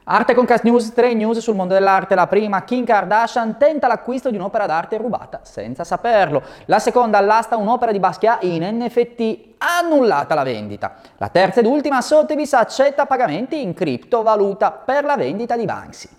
Arte Concast News, 3 news sul mondo dell'arte. La prima, Kim Kardashian tenta l'acquisto di un'opera d'arte rubata senza saperlo. La seconda, all'asta un'opera di Basquiat in NFT, annullata la vendita. La terza ed ultima, Sotheby's accetta pagamenti in criptovaluta per la vendita di Banksy.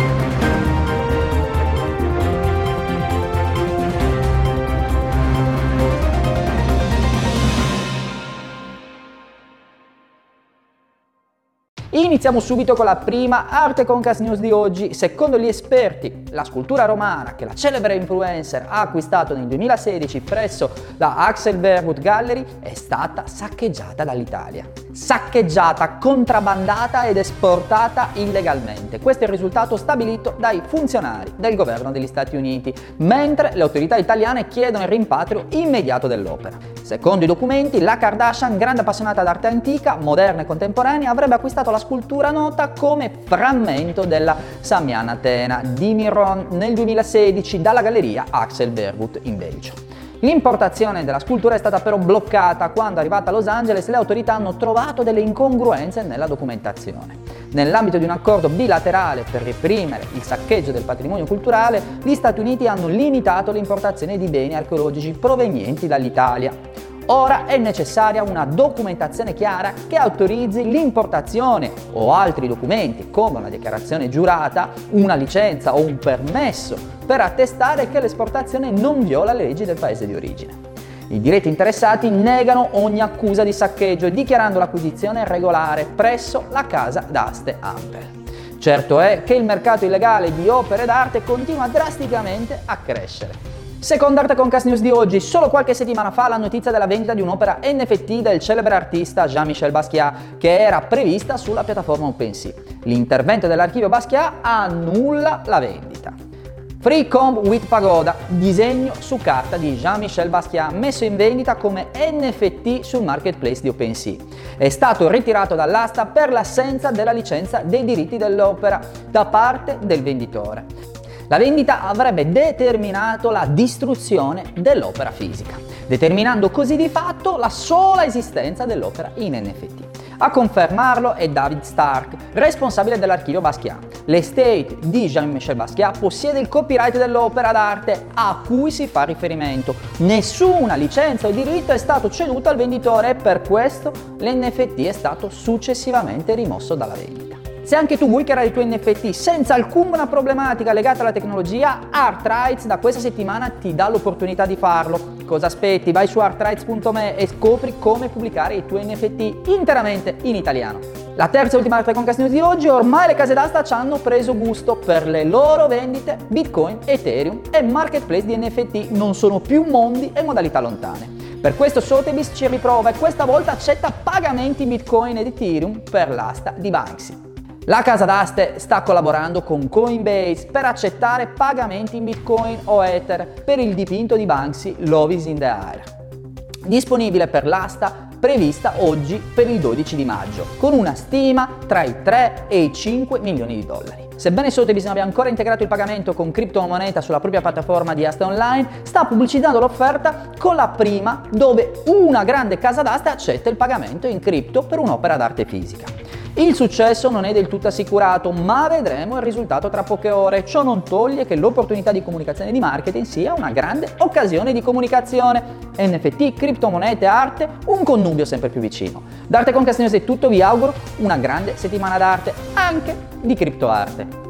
Iniziamo subito con la prima Arte Concast News di oggi. Secondo gli esperti, la scultura romana che la celebre influencer ha acquistato nel 2016 presso la Axel Verwoerd Gallery è stata saccheggiata dall'Italia. Saccheggiata, contrabbandata ed esportata illegalmente. Questo è il risultato stabilito dai funzionari del governo degli Stati Uniti, mentre le autorità italiane chiedono il rimpatrio immediato dell'opera. Secondo i documenti, la Kardashian, grande appassionata d'arte antica, moderna e contemporanea, avrebbe acquistato la scultura nota come frammento della Samiana Athena di Miron nel 2016 dalla galleria Axel Verwoerd in Belgio. L'importazione della scultura è stata però bloccata quando, arrivata a Los Angeles, le autorità hanno trovato delle incongruenze nella documentazione. Nell'ambito di un accordo bilaterale per reprimere il saccheggio del patrimonio culturale, gli Stati Uniti hanno limitato l'importazione di beni archeologici provenienti dall'Italia. Ora è necessaria una documentazione chiara che autorizzi l'importazione o altri documenti come una dichiarazione giurata, una licenza o un permesso per attestare che l'esportazione non viola le leggi del paese di origine. I diretti interessati negano ogni accusa di saccheggio, dichiarando l'acquisizione regolare presso la casa d'aste Ampel. Certo è che il mercato illegale di opere d'arte continua drasticamente a crescere. Seconda Arte Concast News di oggi, solo qualche settimana fa la notizia della vendita di un'opera NFT del celebre artista Jean-Michel Basquiat che era prevista sulla piattaforma OpenSea. L'intervento dell'archivio Basquiat annulla la vendita. Free Comb with Pagoda, disegno su carta di Jean-Michel Basquiat messo in vendita come NFT sul marketplace di OpenSea. È stato ritirato dall'asta per l'assenza della licenza dei diritti dell'opera da parte del venditore. La vendita avrebbe determinato la distruzione dell'opera fisica, determinando così di fatto la sola esistenza dell'opera in NFT. A confermarlo è David Stark, responsabile dell'archivio Basquiat. L'estate di Jean-Michel Basquiat possiede il copyright dell'opera d'arte a cui si fa riferimento. Nessuna licenza o diritto è stato ceduto al venditore e per questo l'NFT è stato successivamente rimosso dalla vendita. Se anche tu vuoi creare i tuoi NFT senza alcuna problematica legata alla tecnologia, ArtRights da questa settimana ti dà l'opportunità di farlo. Cosa aspetti? Vai su artrights.me e scopri come pubblicare i tuoi NFT interamente in italiano. La terza e ultima Arte Concast News di oggi, ormai le case d'asta ci hanno preso gusto per le loro vendite. Bitcoin, Ethereum e marketplace di NFT non sono più mondi e modalità lontane. Per questo Sotheby's ci riprova e questa volta accetta pagamenti in Bitcoin ed Ethereum per l'asta di Banksy. La casa d'aste sta collaborando con Coinbase per accettare pagamenti in Bitcoin o Ether per il dipinto di Banksy Love is in the Air, disponibile per l'asta prevista oggi per il 12 di maggio, con una stima tra i 3 e i 5 milioni di dollari. Sebbene Sotheby's non abbia ancora integrato il pagamento con criptomoneta sulla propria piattaforma di aste online, sta pubblicizzando l'offerta con la prima dove una grande casa d'aste accetta il pagamento in cripto per un'opera d'arte fisica. Il successo non è del tutto assicurato, ma vedremo il risultato tra poche ore. Ciò non toglie che l'opportunità di comunicazione e di marketing sia una grande occasione di comunicazione. NFT, criptomonete, arte, un connubio sempre più vicino. Da Arte Concast News è tutto, vi auguro una grande settimana d'arte, anche di criptoarte.